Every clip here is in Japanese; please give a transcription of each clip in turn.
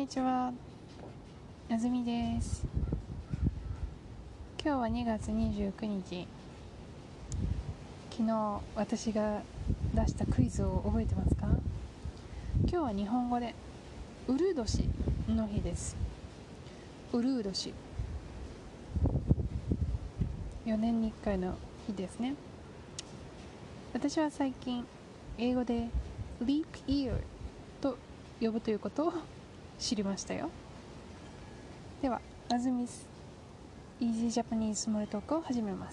にちは、なずみです。今日は2月29日。昨日私が出したクイズを覚えてますか？今日は日本語でうるう年の日です。うるう年、4年に1回の日ですね。私は最近英語で Leap Year と呼ぶということを知りましたよ。では、なずみす Easy Japanese スモールトークを始めます。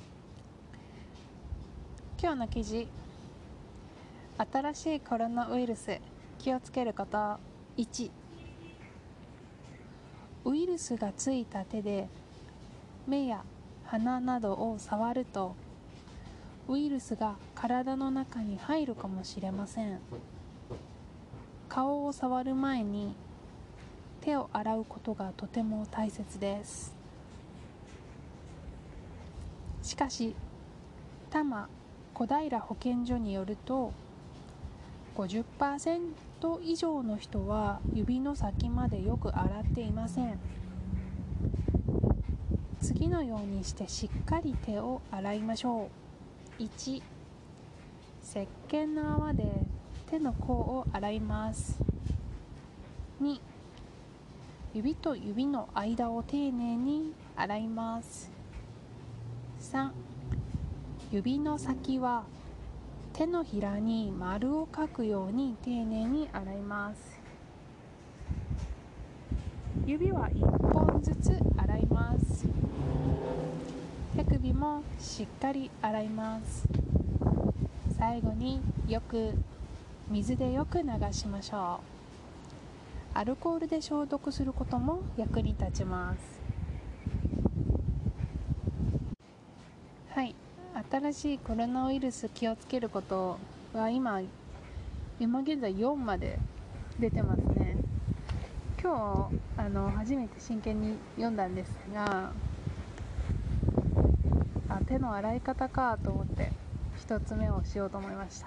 今日の記事、新しいコロナウイルス気をつけること。1、ウイルスがついた手で目や鼻などを触るとウイルスが体の中に入るかもしれません。顔を触る前に手を洗うことがとても大切です。しかし、多摩小平保健所によると、50% 以上の人は指の先までよく洗っていません。次のようにしてしっかり手を洗いましょう。1、石鹸の泡で手の甲を洗います。2、指と指の間を丁寧に洗います。3、指の先は手のひらに丸を描くように丁寧に洗います。指は1本ずつ洗います。手首もしっかり洗います。最後に水でよく流しましょう。アルコールで消毒することも役に立ちます。はい、新しいコロナウイルス気をつけることは今現在4まで出てますね。今日初めて真剣に読んだんですが、手の洗い方かと思って1つ目をしようと思いました。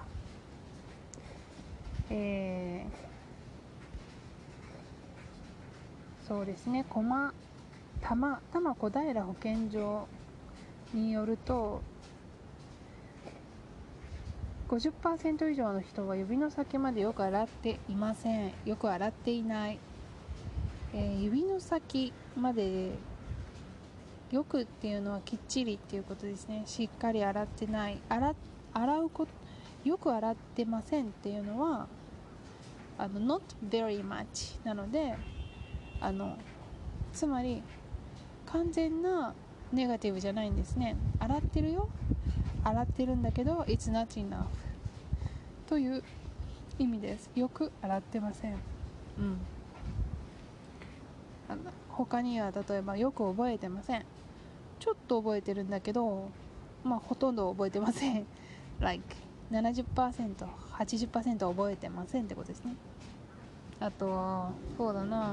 そうですね、多摩小平保健所によると 50% 以上の人は指の先までよく洗っていません。よく洗っていない。指の先までよくっていうのはきっちりっていうことですね。しっかり洗ってない。洗うこと、よく洗ってませんっていうのはnot very much なので、つまり完全なネガティブじゃないんですね。洗ってるんだけど it's not enough という意味です。よく洗ってません。他には例えばよく覚えてません。ちょっと覚えてるんだけど、ほとんど覚えてません。like 70%、80% 覚えてませんってことですね。あとはそうだな、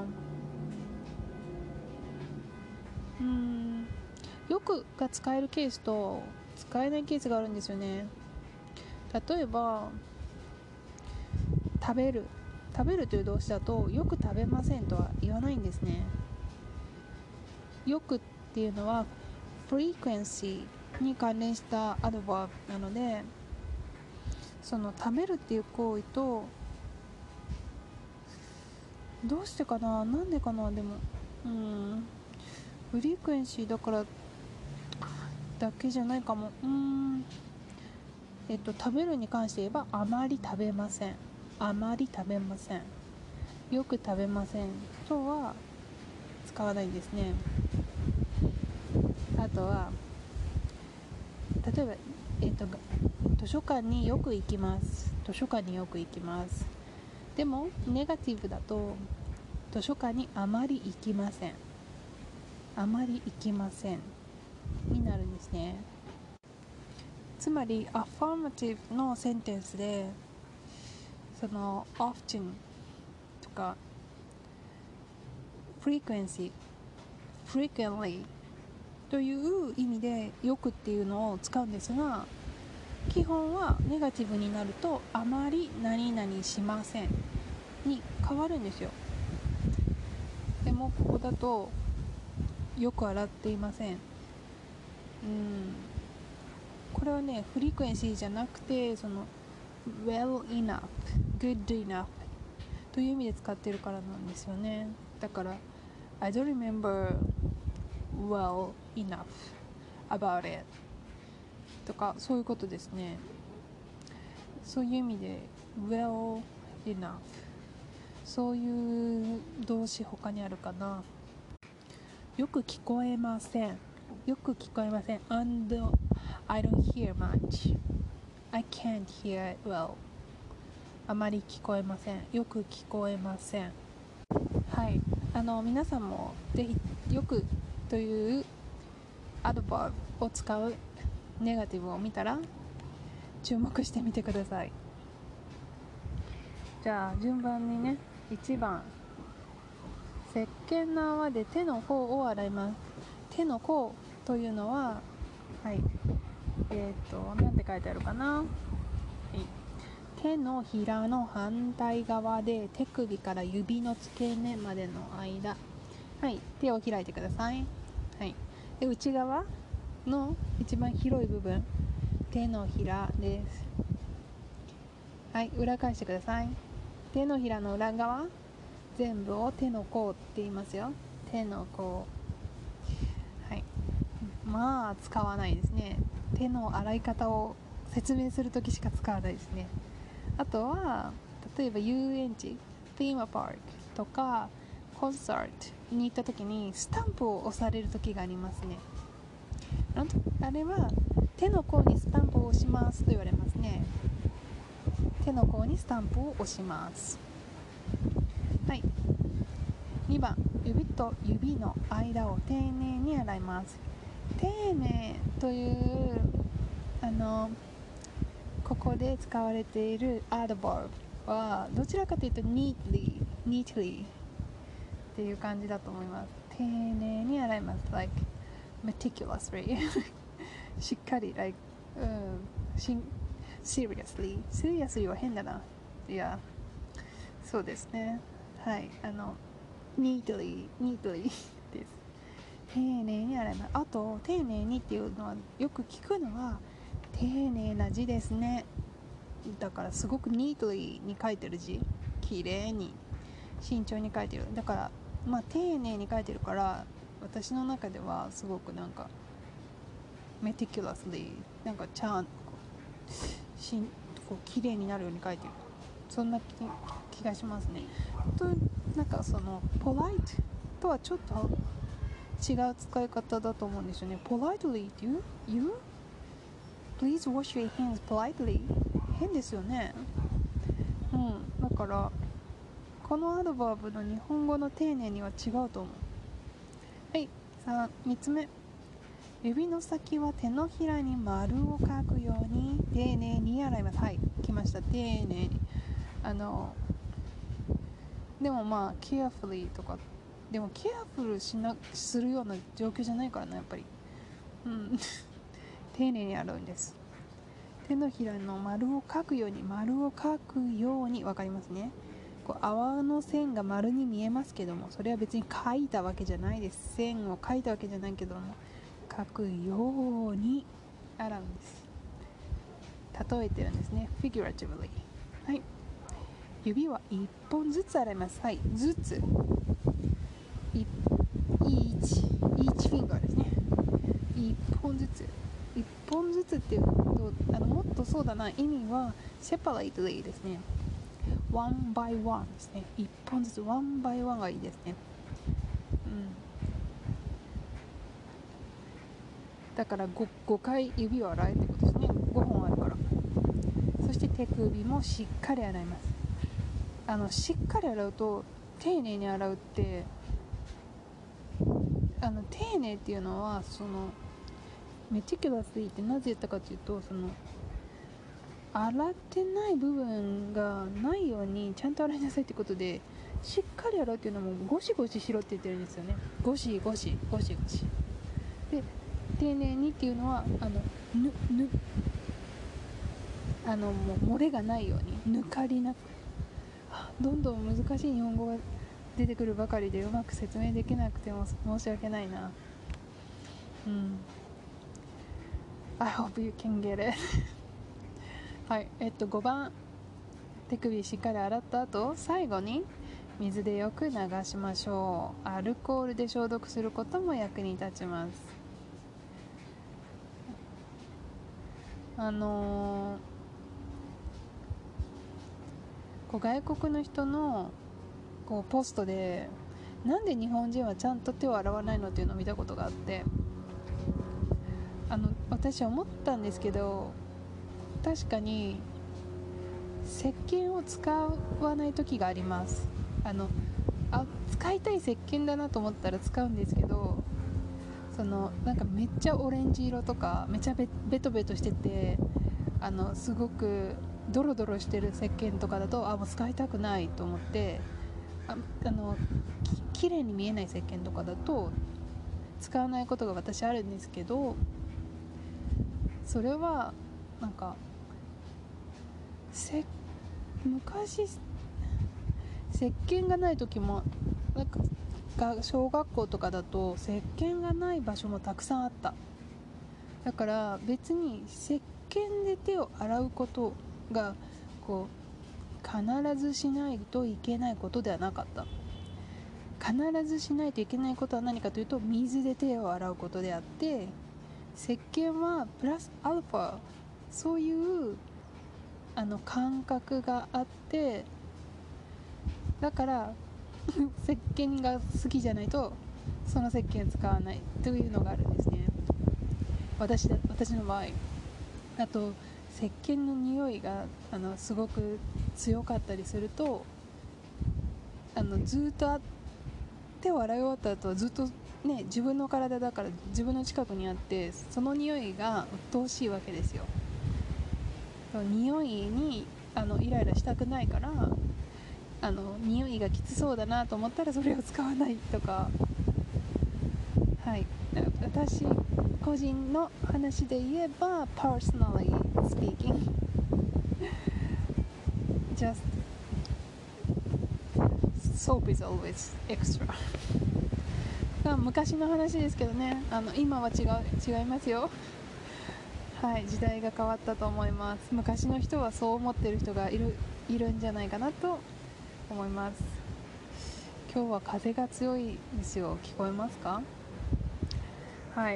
よくが使えるケースと使えないケースがあるんですよね。例えば食べるという動詞だとよく食べませんとは言わないんですね。よくっていうのはfrequency に関連したアドバーブなので、その食べるっていう行為とどうしてかな、なんでかな、でもフリークエンシーだからだけじゃないかも。食べるに関して言えばあまり食べません、よく食べませんとは使わないんですね。あとは例えば、図書館によく行きます。でもネガティブだと図書館にあまり行きませんになるんですね。つまりアファーマティブのセンテンスで、その often とか frequency、 frequently という意味でよくっていうのを使うんですが、基本はネガティブになるとあまり何々しませんに変わるんですよ。 もここだとよく洗っていません。これはね、フリクエンシーじゃなくて、その well enough, good enough という意味で使ってるからなんですよね。だから I don't remember well enough about it とかそういうことですね。そういう意味で well enough、 そういう動詞他にあるかな。よく聞こえません。よく聞こえません。And I don't hear much. I can't hear it well. あまり聞こえません。よく聞こえません。はい。皆さんもぜひよくというアドバーブを使うネガティブを見たら注目してみてください。じゃあ順番にね、1番、石鹸の泡で手の甲を洗います。手の甲というのは、はい、なんて書いてあるかな。はい、手のひらの反対側で手首から指の付け根までの間、はい、手を開いてください。はい、で内側の一番広い部分、手のひらです。はい、裏返してください。手のひらの裏側全部を手の甲って言いますよ。手の甲。はい、まあ使わないですね。手の洗い方を説明するときしか使わないですね。あとは例えば遊園地、テーマパークとかコンサートに行ったときにスタンプを押されるときがありますね。あれは手の甲にスタンプを押しますと言われますね。手の甲にスタンプを押します。はい。2番、指と指の間を丁寧に洗います。丁寧というここで使われている adverb はどちらかというと neatly っていう感じだと思います。丁寧に洗います。like meticulously しっかり like seriously は変だな。いや、そうですね。はい、neatly です。丁寧に洗います。あと丁寧にっていうのはよく聞くのは丁寧な字ですね。だからすごく neatly に書いてる字、綺麗に慎重に書いてる。だからまあ丁寧に書いてるから私の中ではすごくなんか meticulously なんかちゃんこう綺麗になるように書いてる、そんな気がしますね。となんかその polite とはちょっと違う使い方だと思うんですよね。politely って言う Please wash your hands politely 変ですよね。だからこのアドバーブの日本語の丁寧には違うと思う。はい、さあ3つ目、指の先は手のひらに丸を描くように丁寧に洗います。はい、来ました、丁寧に。でもまあ carefully とか、でも careful するような状況じゃないからな、やっぱり。丁寧に洗うんです。手のひらの丸を描くように、分かりますね。こう泡の線が丸に見えますけども、それは別に描いたわけじゃないです。線を描いたわけじゃないけども、描くように洗うんです。例えてるんですね、figuratively。はい、指は1本ずつ洗います。はい、ずつ、each finger ですね。1本ずつっていうともっとそうだな、意味は separately ですね。one by one ですね。1本ずつ one by one がいいですね。だから 5回指を洗えってことですね。5本あるから。そして手首もしっかり洗います。しっかり洗うと、丁寧に洗うって丁寧っていうのはそのメティキュラスってなぜ言ったかというと、その洗ってない部分がないようにちゃんと洗いなさいってことで、しっかり洗うっていうのもゴシゴシしろって言ってるんですよね。ゴシゴシで、丁寧にっていうのはもう漏れがないように、抜かりなく。どんどん難しい日本語が出てくるばかりでうまく説明できなくても申し訳ないな。I hope you can get it はい、5番、手首しっかり洗った後、最後に水でよく流しましょう。アルコールで消毒することも役に立ちます。外国の人のポストで、なんで日本人はちゃんと手を洗わないのっていうのを見たことがあって、私は思ったんですけど、確かに石鹸を使わない時があります。使いたい石鹸だなと思ったら使うんですけど、なんかめっちゃオレンジ色とかめちゃベトベトしてて、すごくドロドロしてる石鹸とかだともう使いたくないと思って、綺麗に見えない石鹸とかだと使わないことが私あるんですけど、それはなんか昔石鹸がない時も、なんか小学校とかだと石鹸がない場所もたくさんあった。だから別に石鹸で手を洗うことが必ずしないといけないことではなかった。必ずしないといけないことは何かというと、水で手を洗うことであって、石鹸はプラスアルファ、そういう感覚があって、だから石鹸が好きじゃないとその石鹸使わないというのがあるんですね。私の場合。あと石鹸の匂いがすごく強かったりすると、ずっと手を洗い終わった後はずっとね、自分の体だから自分の近くにあって、その匂いが鬱陶しいわけですよ。匂いにイライラしたくないから、匂いがきつそうだなと思ったらそれを使わないとか。はい、私個人の話で言えば personally speaking just soap is always extra 昔の話ですけどね、今は違いますよ。はい、時代が変わったと思います。昔の人はそう思ってる人がいるんじゃないかなと思います。今日は風が強いですよ。聞こえますか？はい、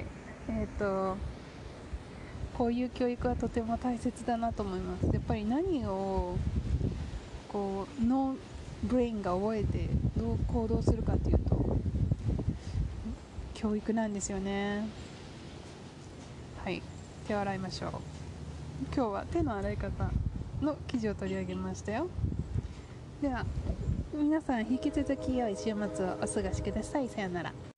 こういう教育はとても大切だなと思います。やっぱり何を脳ブレインが覚えてどう行動するかというと、教育なんですよね。はい、手を洗いましょう。今日は手の洗い方の記事を取り上げましたよ。では皆さん、引き続き良い週末をお過ごしください。さよなら。